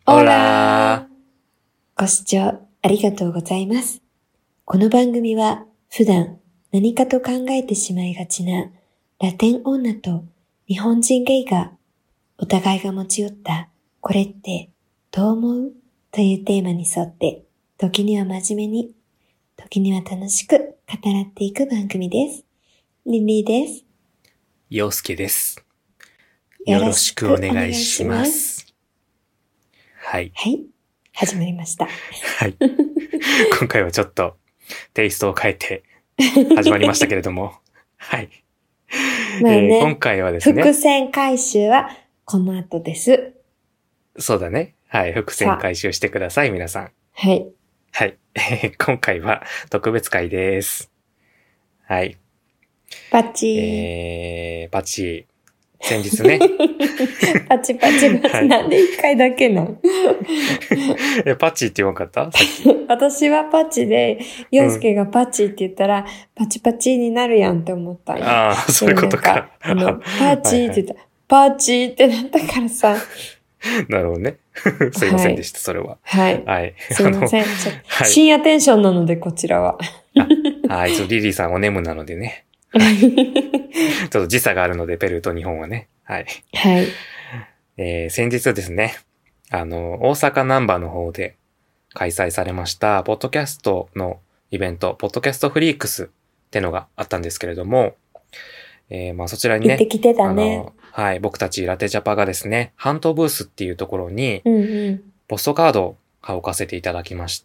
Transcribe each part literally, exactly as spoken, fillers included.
オラー。 ご視聴ありがとうございます。この番組は普段何かと考えてしまいがちなラテン女と日本人ゲイがお互いが持ち寄ったこれってどう思うというテーマに沿って時には真面目に時には楽しく語らっていく番組です。リンリーです。 陽介です。よろしくお願いします。はい。 はい。始まりました。 はい。今回はちょっとテイストを変えて始まりましたけれども。はい。 まあね、 えー、今回はですね。 伏線回収はこの後です。 そうだね。はい。伏線回収してください、皆さん。 はい。 はい。今回は特別会です。はい。 パチー。 えー、パチー。先日ね。 パチパチパチ、はい、なんで一回だけなんえ、パチって言わんかったさっき。 私はパチで、陽介がパチって言ったら、うん、パチパチになるやんって思ったんや。 ああ、そういうことか。 あの、パチって言ったら、はいはい、パチってなったからさ。 なるほどね。すいませんでした、はい、それは。 はい。 はい。 すいません。はい、深夜テンションなので、こちらは。 はい。ちょっとリリーさんお眠なのでね。はい、ちょっと時差があるので、ペルーと日本はね。はい。 はい。 えー、先日ですね、あの、大阪難波の方で開催されました、ポッドキャストのイベント、ポッドキャストフリークスってのがあったんですけれども、えー、まあそちらにね、 行ってきてたね。 はい、僕たちラテジャパがですね、ハントブースっていうところに、 うんうん、 ポストカードを置かせていただきまして、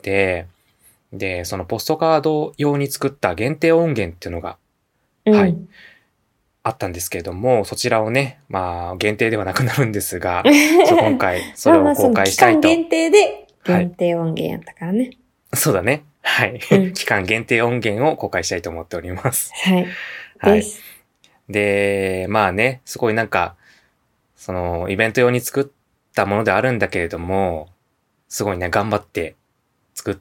で、そのポストカード用に作った限定音源っていうのが、 うん、 はい、あったんですけれども、そちらをね、まあ、限定ではなくなるんですが、今回、それを公開したいと。 まあまあ期間限定で、限定音源やったからね。 はい、そうだね。はい、うん。期間限定音源を公開したいと思っております。 はい。 はい。 です。 で、まあね、すごいなんか、その、イベント用に作ったものであるんだけれども、すごいね、頑張って作って、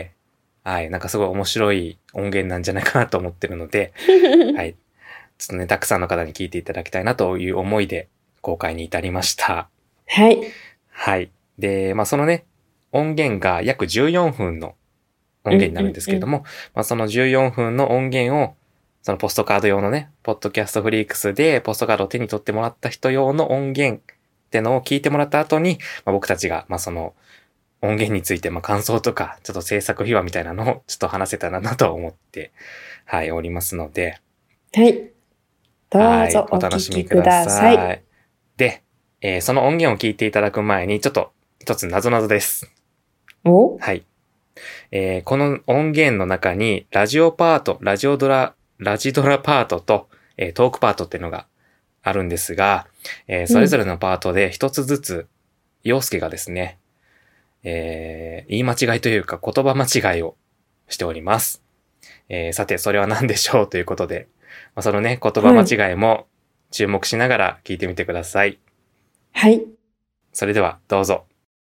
はい、なんかすごい面白い音源なんじゃないかなと思ってるので、はい。ちょっとね、たくさんの方に聞いていただきたいなという思いで公開に至りました。 はい。 はい。で、まあそのね、音源が約じゅうよんぷんの音源になるんですけれども、うんうんうん、まあそのじゅうよんぷんの音源を、そのポストカード用のね、ポッドキャストフリークスでポストカードを手に取ってもらった人用の音源ってのを聞いてもらった後に、まあ、僕たちが、まあその音源について、まあ感想とか、ちょっと制作秘話みたいなのをちょっと話せたらなと思って、はい、おりますので。 はい。どうぞお聞きください。はい、 で、えー、その音源を聞いていただく前に、ちょっと一つ謎々です。 お？ はい。えー、この音源の中に、ラジオパート、ラジオドラ、ラジドラパートと、えー、トークパートっていうのがあるんですが、えー、それぞれのパートで一つずつ、陽介がですね、えー、言い間違いというか言葉間違いをしております。えー、さて、それは何でしょうということで、まあ、そのね、言葉間違いも注目しながら聞いてみてください。 はい。 それでは、どうぞ。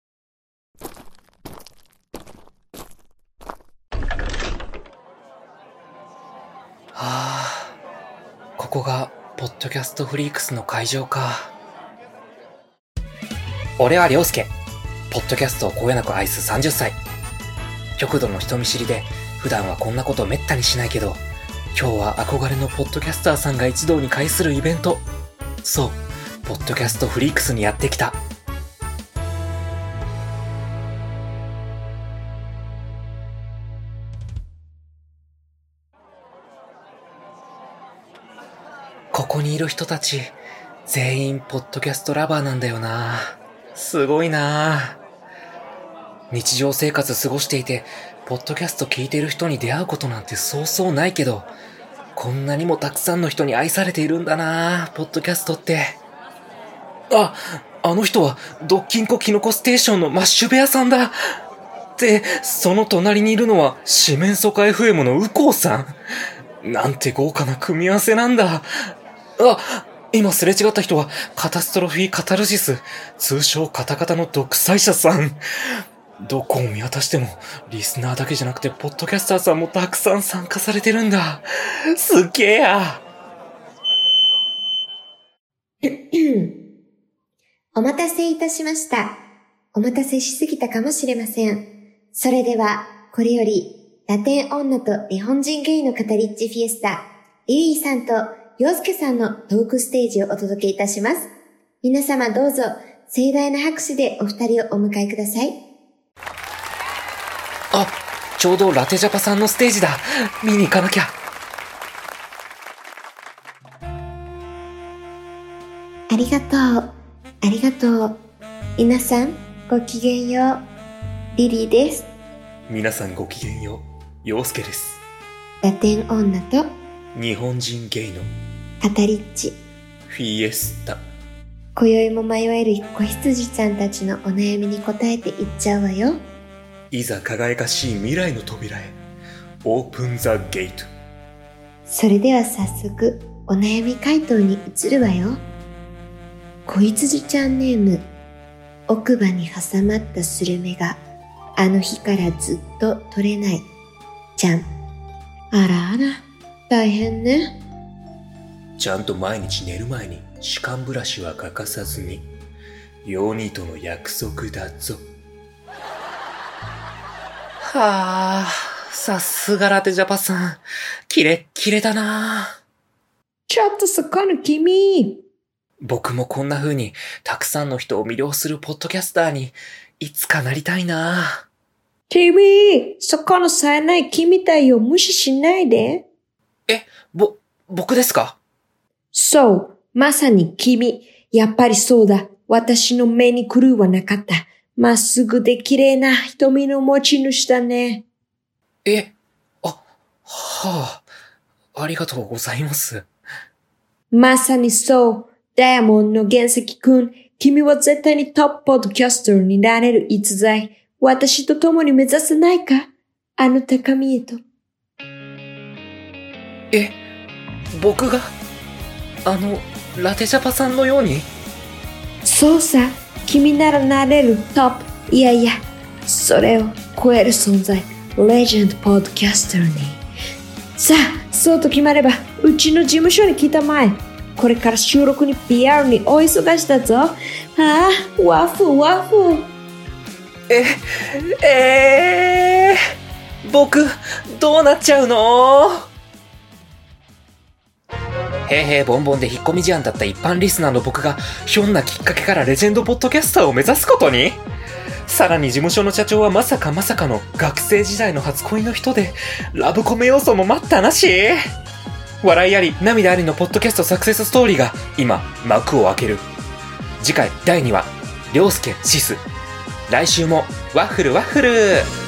はあ、ここが、ポッドキャストフリークスの会場か。俺は涼介。ポッドキャストをこよなく愛すさんじゅっさい。極度の人見知りで、普段はこんなことめったにしないけど、今日は憧れのポッドキャスターさんが一堂に会するイベント。そう、ポッドキャストフリークスにやってきた。ここにいる人たち、全員ポッドキャストラバーなんだよな。すごいな。日常生活過ごしていて、ポッドキャスト聞いてる人に出会うことなんてそうそうないけど、こんなにもたくさんの人に愛されているんだな、ポッドキャストって。あ、あの人はドッキンコキノコステーションのマッシュベアさんだ。で、その隣にいるのは四面楚歌 エフエム のウコウさん。なんて豪華な組み合わせなんだ。あ、今すれ違った人はカタストロフィーカタルシス、通称カタカタの独裁者さん。どこを見渡してもリスナーだけじゃなくてポッドキャスターさんもたくさん参加されてるんだ。すっげえや。 お待たせいたしました。 お待たせしすぎたかもしれません。それでは、これより、ラテン女と日本人ゲイの語りっちフィエスタ、リリーさんとヨウスケさんのトークステージをお届けいたします。皆様どうぞ、盛大な拍手でお二人をお迎えください。 あ、ちょうどラテジャパさんのステージだ。見に行かなきゃ。 ありがとう。ありがとう。皆さん、ごきげんよう。リリーです。 皆さんごきげんよう。ヨウスケです。 ラテン女と日本人ゲイの語りっちフィエスタ。 今宵も迷える子羊さんたちのお悩みに答えていっちゃうわよ。 いざ輝かしい未来の扉へ。オープンザゲート。 それでは早速お悩み回答に移るわよ。子羊ちゃんネーム、奥歯に挟まったスルメがあの日からずっと取れないちゃん。あらあら、大変ね。 ちゃんと毎日寝る前に歯間ブラシは欠かさずに。ヨニとの約束だぞ。はあ、さすがラテジャパさん。キレッキレだな。 ちょっとそこの君。 僕もこんな風にたくさんの人を魅了するポッドキャスターにいつかなりたいな。 君、そこの冴えない君たちを無視しないで。 え、ぼ、僕ですか？ そう、まさに君。やっぱりそうだ。私の目に狂いはなかった。まっすぐで綺麗な瞳の持ち主だね。 え、あ、はあ、ありがとうございます。 まさにそう。ダイヤモンドの原石くん。君は絶対にトップポッドキャスターになれる逸材。私と共に目指せないか？あの高みへと。 え、僕があのラテジャパさんのように？ そうさ、君ならなれるトップ。いやいや、それを超える存在。レジェンドポッドキャスターに。さあ、そうと決まれば、うちの事務所に来たまえ。これから収録に ピーアール にお忙しだぞ。ああ、ワッフワッフ。 え、えー、僕、どうなっちゃうの？へいへいボンボンで引っ込み思案だった一般リスナーの僕がひょんなきっかけからレジェンドポッドキャスターを目指すことに。さらに事務所の社長はまさかまさかの学生時代の初恋の人で、ラブコメ要素も待ったなし。笑いあり涙ありのポッドキャストサクセスストーリーが今幕を開ける。次回だいにわ、りょうすけシス。来週もワッフルワッフル。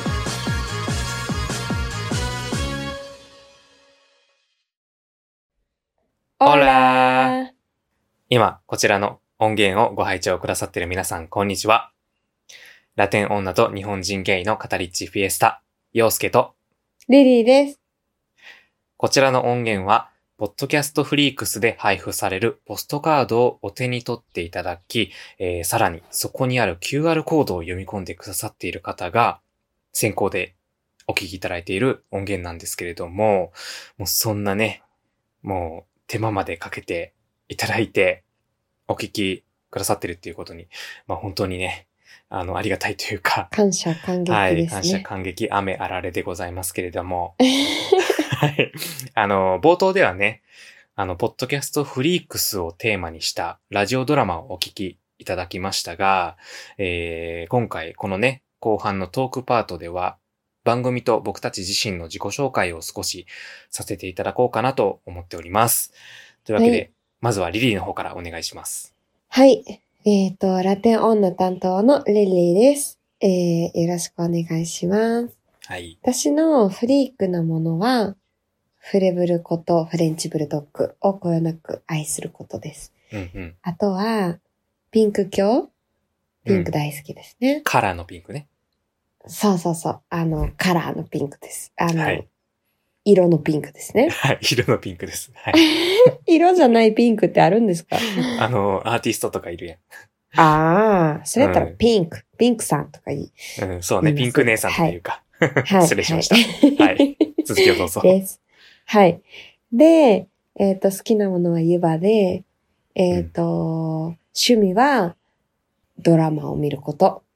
オラー。今こちらの音源をご拝聴くださっている皆さん、こんにちは。ラテン女と日本人ゲイの語りっちフィエスタ、ヨウスケとリリーです。 こちらの音源はポッドキャストフリークスで配布されるポストカードをお手に取っていただき、えー、さらにそこにある キューアール コードを読み込んでくださっている方が先行でお聞きいただいている音源なんですけれども、もうそんなね、もう手間までかけていただいてお聞きくださってるっていうことに、まあ本当にね、あの、ありがたいというか。 感謝感激ですね。 はい、感謝感激、雨あられでございますけれども。はい。あの、冒頭ではね、あの、ポッドキャストフリークスをテーマにしたラジオドラマをお聞きいただきましたが、えー、今回このね、後半のトークパートでは、番組と僕たち自身の自己紹介を少しさせていただこうかなと思っております。というわけで、はい、まずはリリーの方からお願いします。 はい。えっと、ラテン女担当のリリーです。えー、よろしくお願いします。 はい。 私のフリークなものは、フレブルことフレンチブルドッグをこよなく愛することです。 うんうん、 あとは、ピンク教ピンク大好きですね、うん。 カラーのピンクね。 そうそうそう。あの、カラーのピンクです。あの、 はい、 色のピンクですね。 はい、色のピンクです。はい。 色じゃないピンクってあるんですか？ あの、アーティストとかいるやん。 ああ、それやったらピンク、うん、ピンクさんとかいい。 うん、そうね、ピンク姉さんというか。 はい、 失礼しました。はい。はい、続きをどうぞ。 です。はい。で、えっと、好きなものは湯葉で、えっと、うん、趣味はドラマを見ること。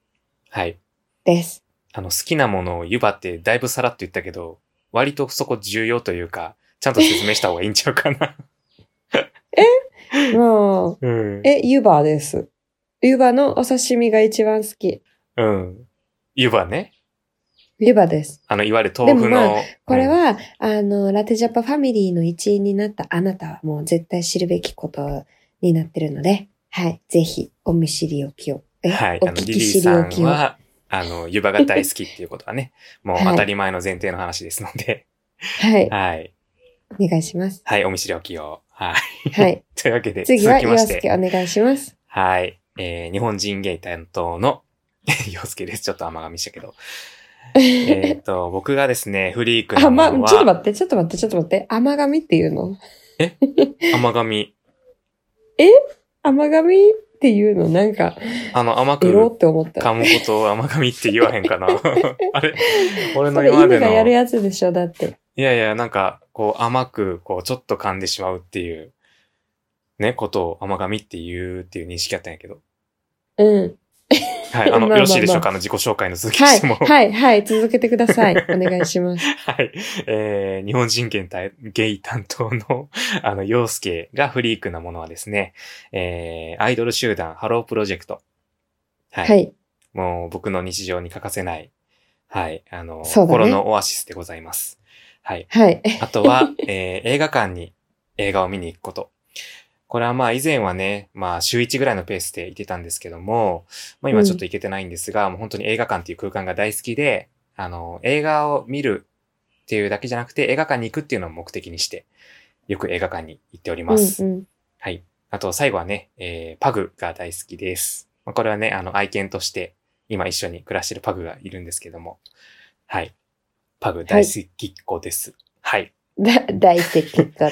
はい。 です。 あの、好きなものを湯葉ってだいぶさらっと言ったけど、割とそこ重要というか、ちゃんと説明した方がいいんちゃうかな。 えもう、 うん。 え、湯葉です。湯葉のお刺身が一番好き。 うん。湯葉ね。 湯葉です。 あの、いわゆる豆腐の。 でもまあ、これは、うん、あの、ラテジャパファミリーの一員になったあなたはもう絶対知るべきことになってるので、はい。ぜひ、お見知りおきを。えはい。 おあの、リ聞き知りリーさおきを。 んは、あの、湯葉が大好きっていうことはね、もう当たり前の前提の話ですので。 はい。 はい。 お願いします。 はい。お見知りおきを。はい。 はい。 というわけで、 次は、 続きまして洋介お願いします。 はい。えー、日本人ゲイ担当の洋介です。ちょっと甘噛みしたけど。えっと、僕がですね、フリークなものは。 あ、ま、ちょっと待って、ちょっと待って、ちょっと待って。甘噛みっていうの？ え甘噛み。 え甘噛みっていうのなんか。 あの、甘くエロって思った。 噛むことを甘噛みって言わへんかな。あれ俺の今までの。 それ犬がやるやつでしょ、だって。 いやいや、なんか、こう甘く、こう、ちょっと噛んでしまうっていう、ね、ことを甘噛みって言うっていう認識あったんやけど。 うん。 はい。あの、まあまあまあ、よろしいでしょうかあの、自己紹介の続きしても。 はい、はい、はい。続けてください。お願いします。 はい。えー、日本人ゲイ担当の、あの、洋介がフリークなものはですね、えー、アイドル集団、ハロープロジェクト。はい。はい、もう、僕の日常に欠かせない、はい。あの、ね、心のオアシスでございます。はい。はい。あとは、えー、映画館に映画を見に行くこと。これはまあ以前はね、まあ週いちぐらいのペースで行ってたんですけども、まあ今ちょっと行けてないんですが、うん、もう本当に映画館っていう空間が大好きで、あの、映画を見るっていうだけじゃなくて映画館に行くっていうのを目的にして、よく映画館に行っております。うんうん、はい。あと最後はね、えー、パグが大好きです。まあ、これはね、あの愛犬として今一緒に暮らしてるパグがいるんですけども、はい。パグ大好きっ子です。はい、はいだ、大好きっ子です。はい、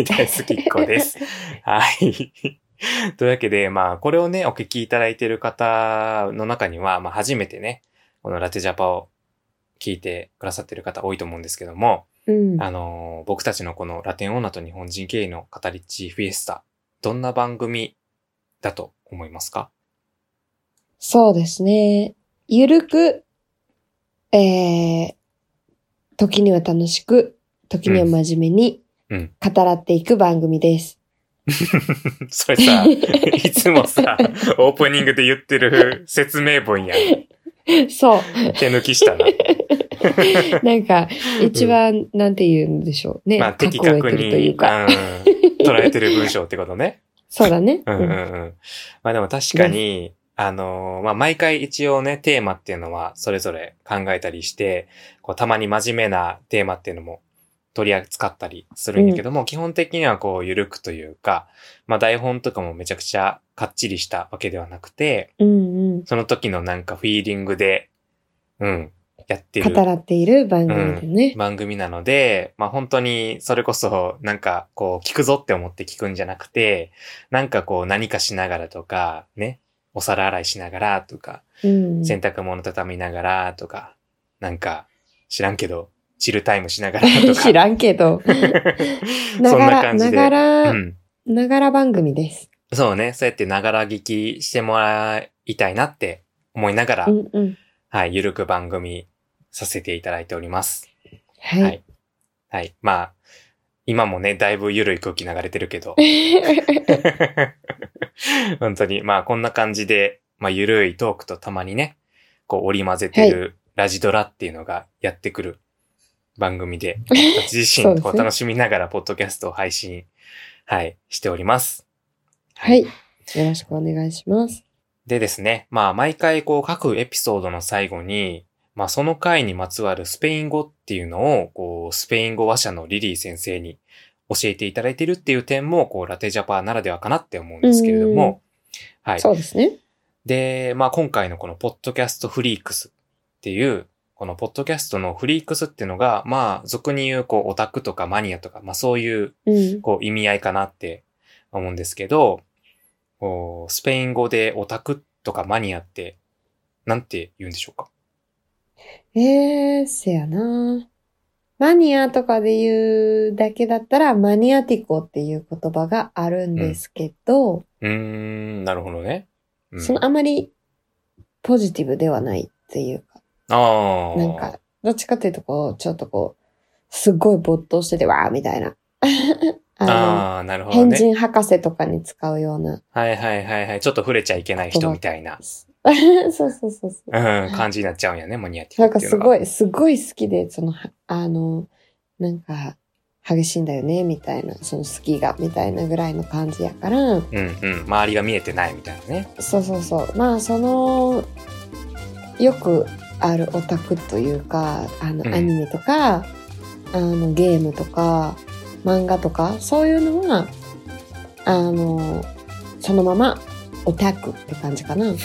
大好きっ子です。はい。というわけで、まあ、これをね、お聞きいただいている方の中には、まあ、初めてね、このラテジャパを聞いてくださっている方多いと思うんですけども、うん、あの、僕たちのこのラテン女と日本人経営の語り地フィエスタ、どんな番組だと思いますか？ そうですね。ゆるく、えー、時には楽しく、時には真面目に語らっていく番組です。 うん、それさ、いつもさ、オープニングで言ってる説明文やん。 そう。 手抜きしたな。 なんか、一番、うん、なんて言うんでしょうね。 まあ、的確に、というか、うん、捉えてる文章ってことね。 そうだね。 うんうんうん。まあでも確かに、あのー、まあ毎回一応ね、テーマっていうのはそれぞれ考えたりして、こうたまに真面目なテーマっていうのも取り扱ったりするんやけども、うん、基本的にはこう緩くというか、まあ台本とかもめちゃくちゃかっちりしたわけではなくて、うんうん、その時のなんかフィーリングで、うん、やってる。 語らっている番組でね、 うん。番組なので、まあ本当にそれこそなんかこう聞くぞって思って聞くんじゃなくて、なんかこう何かしながらとか、ね、お皿洗いしながらとか、うん、洗濯物畳みながらとか、なんか知らんけど、チルタイムしながらとか。 知らんけど。 そんな感じで。 ながら、うん、ながら番組です。 そうね、そうやってながら聞きしてもらいたいなって思いながら、うんうん、はい、ゆるく番組させていただいております。 はい。はい。 はい、まあ、今もね、だいぶゆるい空気流れてるけど。本当に、まあこんな感じで、まあゆるいトークとたまにね、こう織り交ぜてるラジドラっていうのがやってくる番組で、私自身を楽しみながらポッドキャストを配信、はい、しております。 はい。よろしくお願いします。 でですね、まあ毎回こう各エピソードの最後に、まあその回にまつわるスペイン語っていうのを、こうスペイン語話者のリリー先生に教えていただいているっていう点も、こうラテジャパならではかなって思うんですけれども、 はい。そうですね。 で、まあ今回のこのポッドキャストフリークスっていう、このポッドキャストのフリークスっていうのが、まあ俗に言うこうオタクとかマニアとか、まあそういうこう意味合いかなって思うんですけど、こうスペイン語でオタクとかマニアってなんて言うんでしょうか？ えー、せやな。マニアとかで言うだけだったらマニアティコっていう言葉があるんですけど、 うん、うーんなるほどね。 うん、そのあまりポジティブではないっていうか。 ああ。 なんか、どっちかっていうとこう、ちょっとこう、すっごい没頭してて、わーみたいな。あの、 ああ、なるほどね。 変人博士とかに使うような。 はいはいはいはい。ちょっと触れちゃいけない人みたいな。 そうそうそうそう。 うん、感じになっちゃうんやね、マニアティなんかコっていうのが。 すごい、すごい好きで、その、あの、なんか、激しいんだよね、みたいな、その好きが、みたいなぐらいの感じやから。うんうん。周りが見えてないみたいなね。 そうそうそう。まあ、その、よくあるオタクというか、あの、 うん、 アニメとか、あの、ゲームとか、漫画とか、そういうのは、あの、そのまま、オタクって感じかな。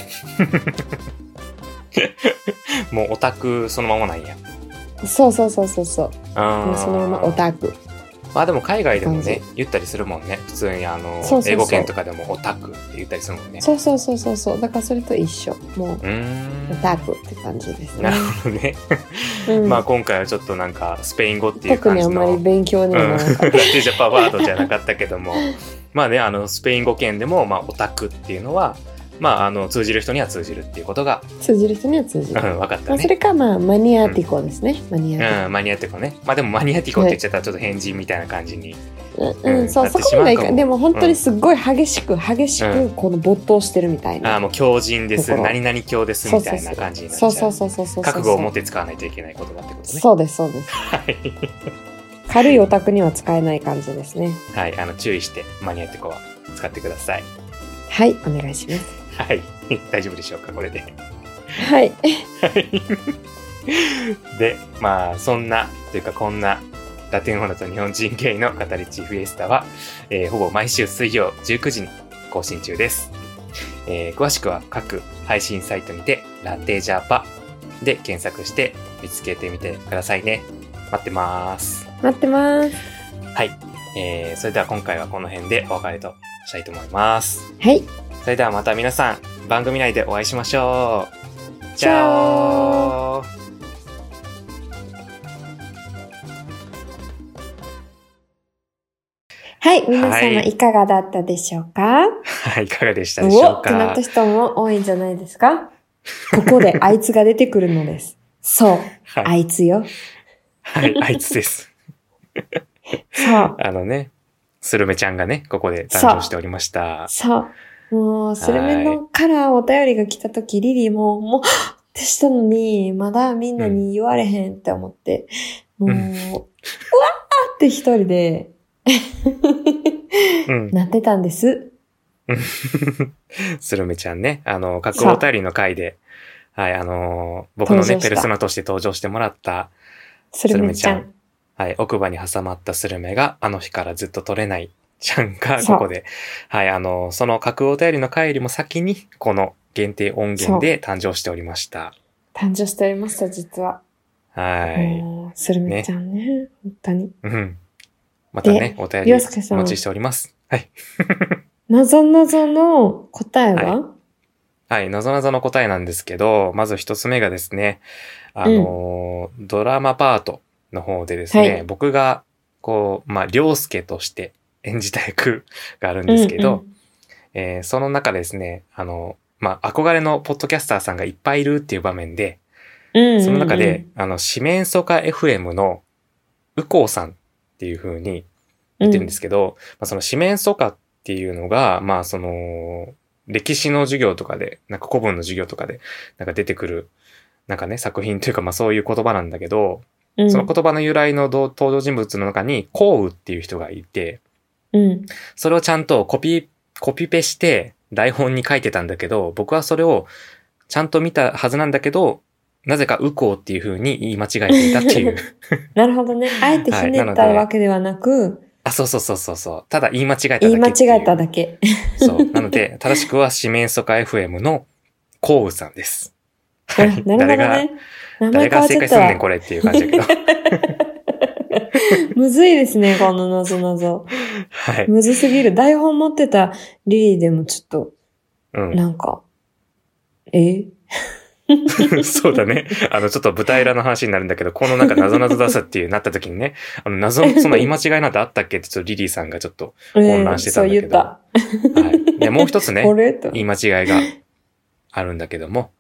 もうオタクそのままなんや。 そうそうそうそうそう。 あそのままオタク。 まあでも海外でもね、言ったりするもんね。普通にあの、 そうそうそう英語圏とかでもオタクって言ったりするもんね。 そうそうそうそうそう。だからそれと一緒。もう、うーんオタクって感じですね。 なるほどね。うん、まあ今回はちょっとなんかスペイン語っていう感じの。 特にあんまり勉強にはならなかった。 ラテジャパワードじゃなかったけども。まあね、あの、スペイン語圏でも、まあオタクっていうのは、まあ、あの、通じる人には通じるっていうことが。 通じる人には通じる。 うん、分かったね。 まあ、それか、まあ、マニアティコですね。うん、マニアティコ。 うん、マニアティコね。まあでもマニアティコって言っちゃったらちょっと変人みたいな感じに。 うん、うん、そう、そこまでいかでも本当にすっごい激しく、激しく、この没頭してるみたいな。 ああ、もう強人です。何々強ですみたいな感じになっちゃう。 そうそうそうそう。 覚悟を持って使わないといけない言葉ってことね。 そうです、そうです。はい。軽いオタクには使えない感じですね。 はい、あの、注意してマニアティコは使ってください。 はい、お願いします。 はい。大丈夫でしょうかこれで。 はい。 で、まあ、そんな、というかこんな、ラテンオーナと日本人ゲイの語りチフィエスタは、えー、ほぼ毎週水曜じゅうくじに更新中です。えー、詳しくは各配信サイトにて、ラテジャパで検索して見つけてみてくださいね。待ってます。 待ってます。 はい。えー、それでは今回はこの辺でお別れとしたいと思います。 はい。 それではまた皆さん、番組内でお会いしましょう。チャオ。 はい、皆様いかがだったでしょうか？ はい、いかがでしたでしょうか？ おってなった人も多いんじゃないですか？ここであいつが出てくるのです。そう、はい、あいつよ。 はい、あいつです。 そう。 あのね、スルメちゃんがね、ここで誕生しておりました。 そう。そうもう、スルメのからお便りが来たとき、リリーも、もう、ってしたのに、まだみんなに言われへんって思って、うん、もう、うわーって一人で、うん、なってたんです。 スルメちゃんね、あの、各お便りの回で、はい、あの、僕のね、ペルソナとして登場してもらった、スルメちゃん。はい、奥歯に挟まったスルメがあの日からずっと取れないちゃんがここで、はい、あの、その各お便りの回よりも先に、この限定音源で誕生しておりました。 誕生しておりました、実は。 はい。 スルメちゃんね、ね本当に。 うん。またね、お便りお待ちしております。はい。 なぞなぞの答えは、はい、 はい、なぞなぞの答えなんですけど、まず一つ目がですね、あの、うん、ドラマパートの方でですね、はい、僕が、こう、まあ、りょうすけとして演じた役があるんですけど、うんうんえー、その中ですね、あの、まあ、憧れのポッドキャスターさんがいっぱいいるっていう場面で、うんうんうん、その中で、あの、四面楚歌 エフエム のうこうさんっていう風に言ってるんですけど、うんまあ、その四面楚歌っていうのが、まあ、その、歴史の授業とかで、なんか古文の授業とかで、なんか出てくる、なんかね、作品というか、まあそういう言葉なんだけど、うん、その言葉の由来の登場人物の中に、項羽っていう人がいて、うん、それをちゃんとコピ、コピペして台本に書いてたんだけど、僕はそれをちゃんと見たはずなんだけど、なぜかウコウっていう風に言い間違えていたっていう。 なるほどね。あえてひねったわけではなく、はい、 あ、そうそうそうそうそう。ただ言い間違えただけ。 言い間違えただけ。 そう。なので、正しくは四面楚歌 エフエム の項羽さんです。 はい。なるほどね。誰が、 誰が正解すんねんこれっていう感じだけど。 むずいですね、この謎謎。はい。むずすぎる。台本持ってたリリーでもちょっと、うん、なんか、えそうだね。あの、ちょっと舞台裏の話になるんだけど、このなんか謎謎出すっていうなった時にね、あの、謎、そんな言い間違いなんてあったっけってちょっとリリーさんがちょっと混乱してたんだけど。えー、そう言った。はい。で、もう一つね、言い間違いがあるんだけども、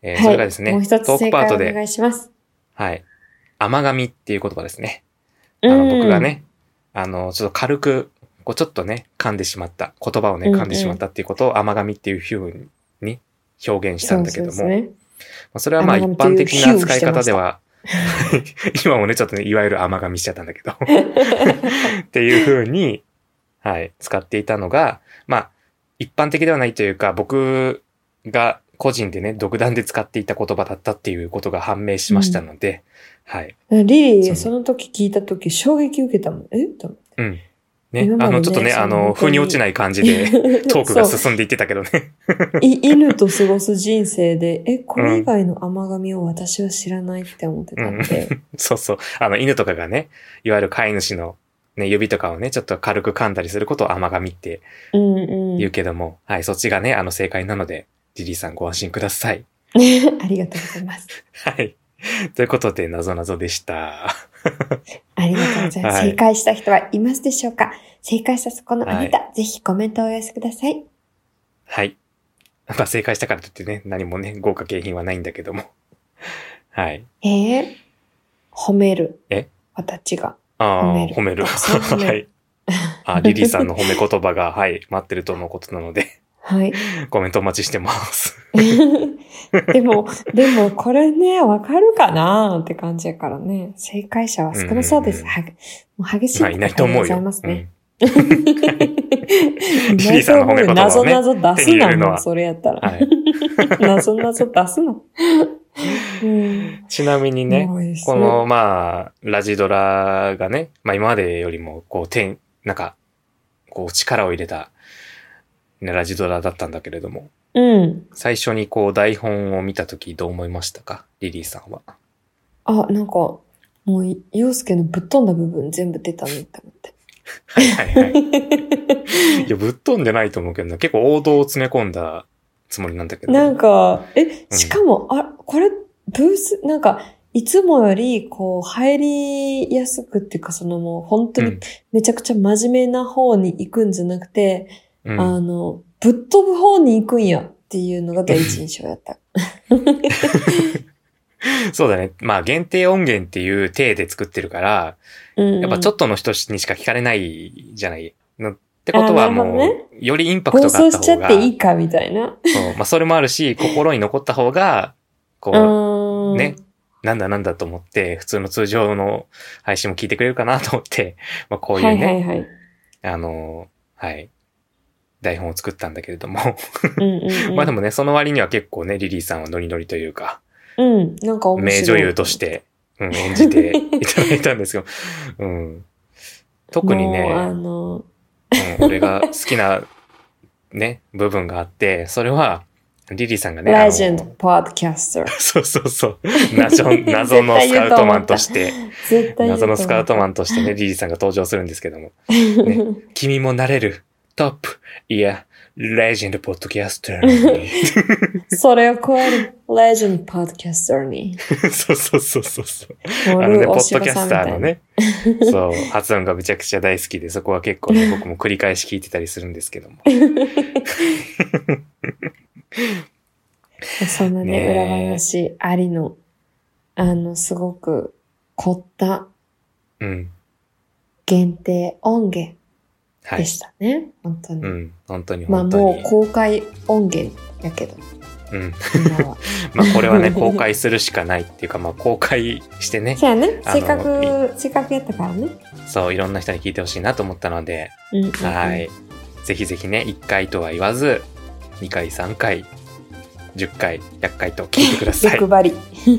えー、それがですね、 もう一つトークパートで、 正解お願いします。 はい。甘噛みっていう言葉ですね。あの、僕がね、あの、ちょっと軽く、こうちょっとね、噛んでしまった、言葉をね、噛んでしまったっていうことを甘噛みっていう風に表現したんだけども、そうですね、それはまあ一般的な使い方では、今もね、ちょっとね、いわゆる甘噛みしちゃったんだけど、っていう風に、はい、使っていたのが、まあ、一般的ではないというか、僕が個人でね、独断で使っていた言葉だったっていうことが判明しましたので、うん、はい。 リリー、その時聞いた時衝撃受けたもん。えと思って。 うん。ね、あの、ちょっとね、あの、風に落ちない感じでトークが進んでいってたけどね。 犬と過ごす人生で、え、これ以外の甘噛みを私は知らないって思ってたんで、 うん。そうそう。あの、犬とかがね、いわゆる飼い主のね、指とかをね、ちょっと軽く噛んだりすることを甘噛みって言うけども、うんうん、はい、そっちがね、あの正解なので、リリーさんご安心ください。 ありがとうございます。 はい。ということで、なぞなぞでした。 ありがとうございます。はい、正解した人はいますでしょうか？正解したそこのあなた、はい、ぜひコメントをお寄せください。 はい。まあ、正解したからといってね、何もね、豪華景品はないんだけども。はい。 えー、褒める。 え私が。 ああ、褒める。はい。あ、リリーさんの褒め言葉が、はい、待ってるとのことなので。 はい。 コメントお待ちしてます。 でも、でもこれね、わかるかなって感じやからね。正解者は少なそうです。はもう激しいいないと思うよ。 ございますね。リリーさんの褒め言葉をね、なぞなぞ出すなもん、それやったら。はい、なぞなぞ出すな。 うん、ちなみにね、ねこの、まあ、ラジドラがね、まあ今までよりも、こう、てん、なんか、こう、力を入れた、ね、ラジドラだったんだけれども、 うん。 最初にこう、台本を見たときどう思いましたか？リリーさんは。 あ、なんか、もう、陽介のぶっ飛んだ部分全部出たねって思って。 はいはいはい。いや、ぶっ飛んでないと思うけどな、結構王道を詰め込んだつもりなんだけど。 なんか、え、しかも、うん、あ、これ、ブース、なんか、いつもより、こう、入りやすくっていうか、そのもう、本当に、めちゃくちゃ真面目な方に行くんじゃなくて、うん、あの、ぶっ飛ぶ方に行くんやっていうのが第一印象やった。 そうだね。まあ、限定音源っていう体で作ってるから、うんうん、やっぱちょっとの人にしか聞かれないじゃないの。ってことはもう、ね、よりインパクトがあった方が。 放送しちゃっていいかみたいな。 そう。まあ、それもあるし、心に残った方が、こう、ね、なんだなんだと思って、普通の通常の配信も聞いてくれるかなと思って、まあ、こういうね、 はいはいはい、 あの、はい、台本を作ったんだけれども。 うんうんうん、 まあでもね、その割には結構ね、リリーさんはノリノリというか、 うん、なんか面白い。 名女優として、うん、演じていただいたんですけど、うん、特にね、 あの、 うん、俺が好きなね、部分があって、それは、リリーさんがね、 レジェンドポッドキャスター。 そうそうそう。謎、謎のスカウトマンとして、謎のスカウトマンとしてね、リリーさんが登場するんですけども。ね、君もなれるトップ、いや、レジェンドポッドキャスター。 それを超えるレジェンドポッドキャスターに。 そうそうそうそうそう。あのね、ポッドキャスターのね、そう、発音がめちゃくちゃ大好きで、そこは結構ね、僕も繰り返し聞いてたりするんですけども。 そんなね、裏話ありの、あの、すごく凝った限定音源でしたね。はい、本当に。 うん、本当に本当に。まあもう公開音源やけど。 うん。まあこれはね、公開するしかないっていうか、まあ公開してね。 そうやね。せっかく、せっかくやったからね。 そう、いろんな人に聞いてほしいなと思ったので、 うんうんうん、 はい。ぜひぜひね、いっかいとは言わず、にかい、さんかい、じゅっかい、ひゃっかいと聞いてください。 欲張り。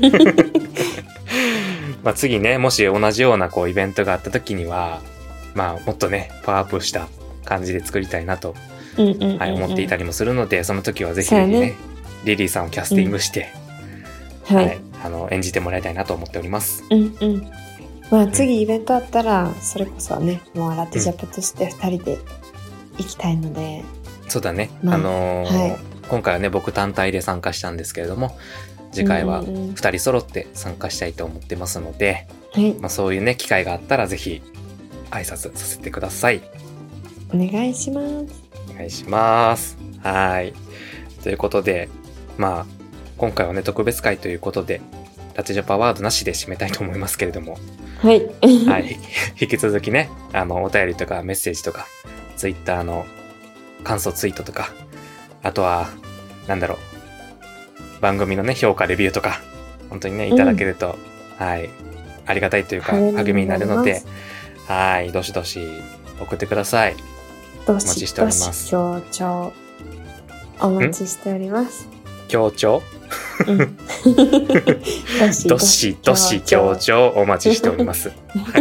まあ次ね、もし同じようなこうイベントがあった時には、まあもっとね、パワーアップした感じで作りたいなと、 うんうんうんうん、 はい、思っていたりもするので、その時はぜひぜひね、ねリリーさんをキャスティングして、 うん、はい、はい、 あの、演じてもらいたいなと思っております。 うんうん。まあ次イベントあったら、それこそね、もうラテジャパとしてふたりで行きたいので。 うん、そうだね。まあ、あのーはい、今回はね、僕単体で参加したんですけれども、次回はふたり揃って参加したいと思ってますので、 うんうん、 まあ、そういうね、機会があったらぜひ挨拶させてください。 お願いします。 お願いします。はい。ということで、まあ、 今回はね、特別会ということで、ラチジャパワードなしで締めたいと思いますけれども。 はい。 はい。引き続きね、あの、お便りとかメッセージとか、ツイッターの感想ツイートとか、あとは、なんだろう、番組のね、評価、レビューとか、本当にね、いただけると、うん、はい、ありがたいというか、励みになるので、はい、どしどし送ってください。 お待ちしております。強調。お待ちしております。 強調うん、 どしどしどし強調お待ちしております。はい。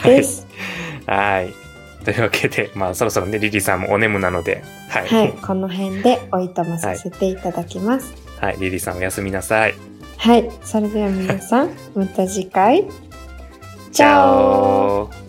です。はい。というわけで、まあそろそろね、リリーさんもお眠なので、はい。 はい、この辺でおいとまさせていただきます。 はい、はい、リリーさんおやすみなさい。 はい、それでは皆さん、また次回。 チャオ。